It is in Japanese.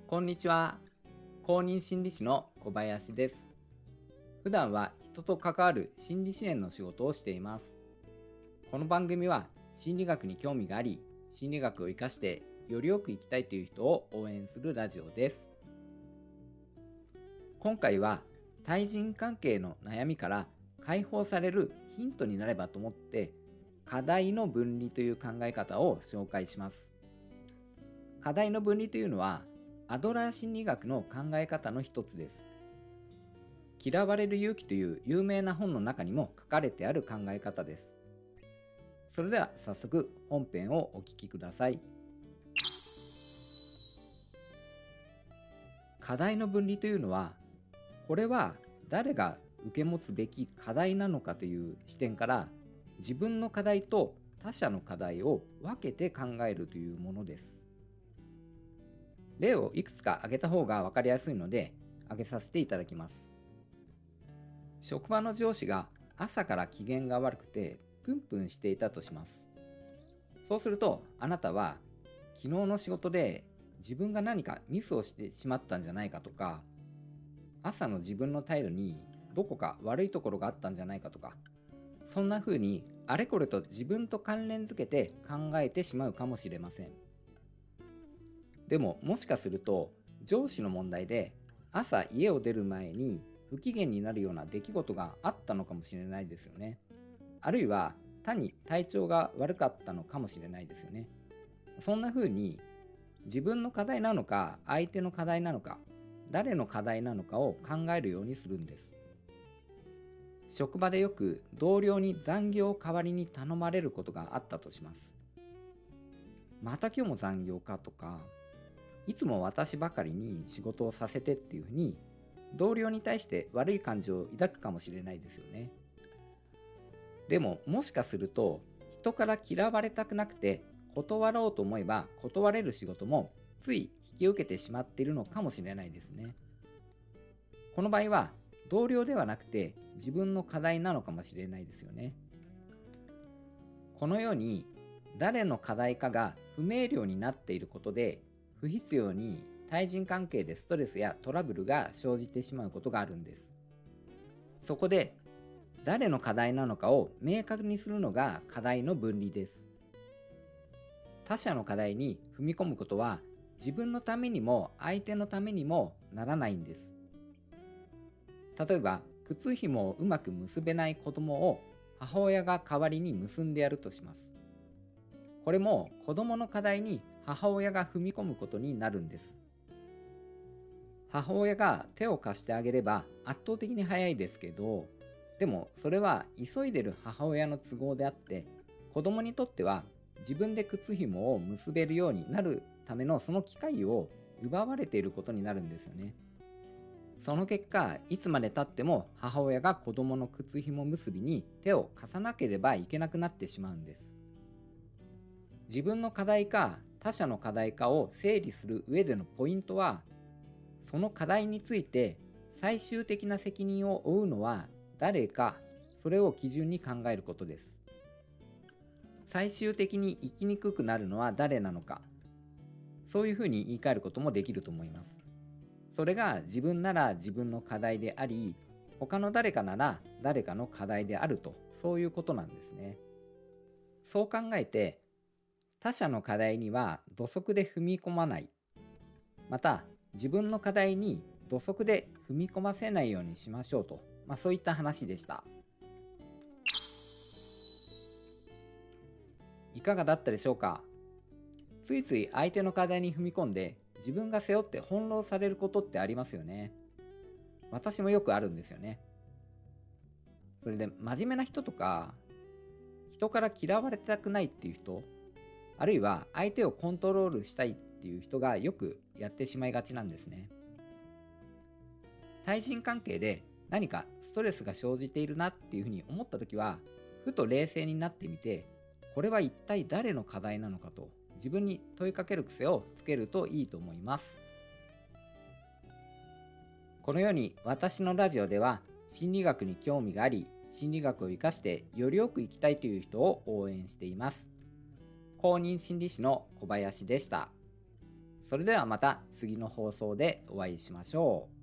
こんにちは。公認心理師の小林です。普段は人と関わる心理支援の仕事をしています。この番組は心理学に興味があり、心理学を活かしてよりよく生きたいという人を応援するラジオです。今回は対人関係の悩みから解放されるヒントになればと思って、課題の分離という考え方を紹介します。課題の分離というのはアドラー心理学の考え方の一つです。嫌われる勇気という有名な本の中にも書かれてある考え方です。それでは早速本編をお聞きください。課題の分離というのは、これは誰が受け持つべき課題なのかという視点から、自分の課題と他者の課題を分けて考えるというものです。例をいくつか挙げた方が分かりやすいので挙げさせていただきます。職場の上司が朝から機嫌が悪くてプンプンしていたとします。そうするとあなたは昨日の仕事で自分が何かミスをしてしまったんじゃないかとか、朝の自分の態度にどこか悪いところがあったんじゃないかとか、そんな風にあれこれと自分と関連づけて考えてしまうかもしれません。でももしかすると上司の問題で朝家を出る前に不機嫌になるような出来事があったのかもしれないですよね。あるいは単に体調が悪かったのかもしれないですよね。そんな風に自分の課題なのか相手の課題なのか誰の課題なのかを考えるようにするんです。職場でよく同僚に残業を代わりに頼まれることがあったとします。また今日も残業かとか、いつも私ばかりに仕事をさせてっていうふうに同僚に対して悪い感情を抱くかもしれないですよね。でももしかすると人から嫌われたくなくて断ろうと思えば断れる仕事もつい引き受けてしまっているのかもしれないですね。この場合は同僚ではなくて自分の課題なのかもしれないですよね。このように誰の課題かが不明瞭になっていることで不必要に対人関係でストレスやトラブルが生じてしまうことがあるんです。そこで誰の課題なのかを明確にするのが課題の分離です。他者の課題に踏み込むことは自分のためにも相手のためにもならないんです。例えば靴紐をうまく結べない子供を母親が代わりに結んでやるとします。これも子供の課題に母親が踏み込むことになるんです。母親が手を貸してあげれば圧倒的に早いですけど、でもそれは急いでる母親の都合であって、子供にとっては自分で靴紐を結べるようになるためのその機会を奪われていることになるんですよね。その結果、いつまで経っても母親が子供の靴紐結びに手を貸さなければいけなくなってしまうんです。自分の課題か他者の課題かを整理する上でのポイントは、その課題について最終的な責任を負うのは誰か、それを基準に考えることです。最終的に生きにくくなるのは誰なのか、そういうふうに言い換えることもできると思います。それが自分なら自分の課題であり、他の誰かなら誰かの課題であると、そういうことなんですね。そう考えて他者の課題には土足で踏み込まない。また、自分の課題に土足で踏み込ませないようにしましょうと。そういった話でした。いかがだったでしょうか。ついつい相手の課題に踏み込んで自分が背負って翻弄されることってありますよね。私もよくあるんですよね。それで真面目な人とか、人から嫌われたくないっていう人、あるいは相手をコントロールしたいっていう人がよくやってしまいがちなんですね。対人関係で何かストレスが生じているなっていうふうに思った時は、ふと冷静になってみて、これは一体誰の課題なのかと自分に問いかける癖をつけるといいと思います。このように私のラジオでは心理学に興味があり、心理学を生かしてよりよく生きたいという人を応援しています。公認心理師の小林でした。 それではまた次の放送でお会いしましょう。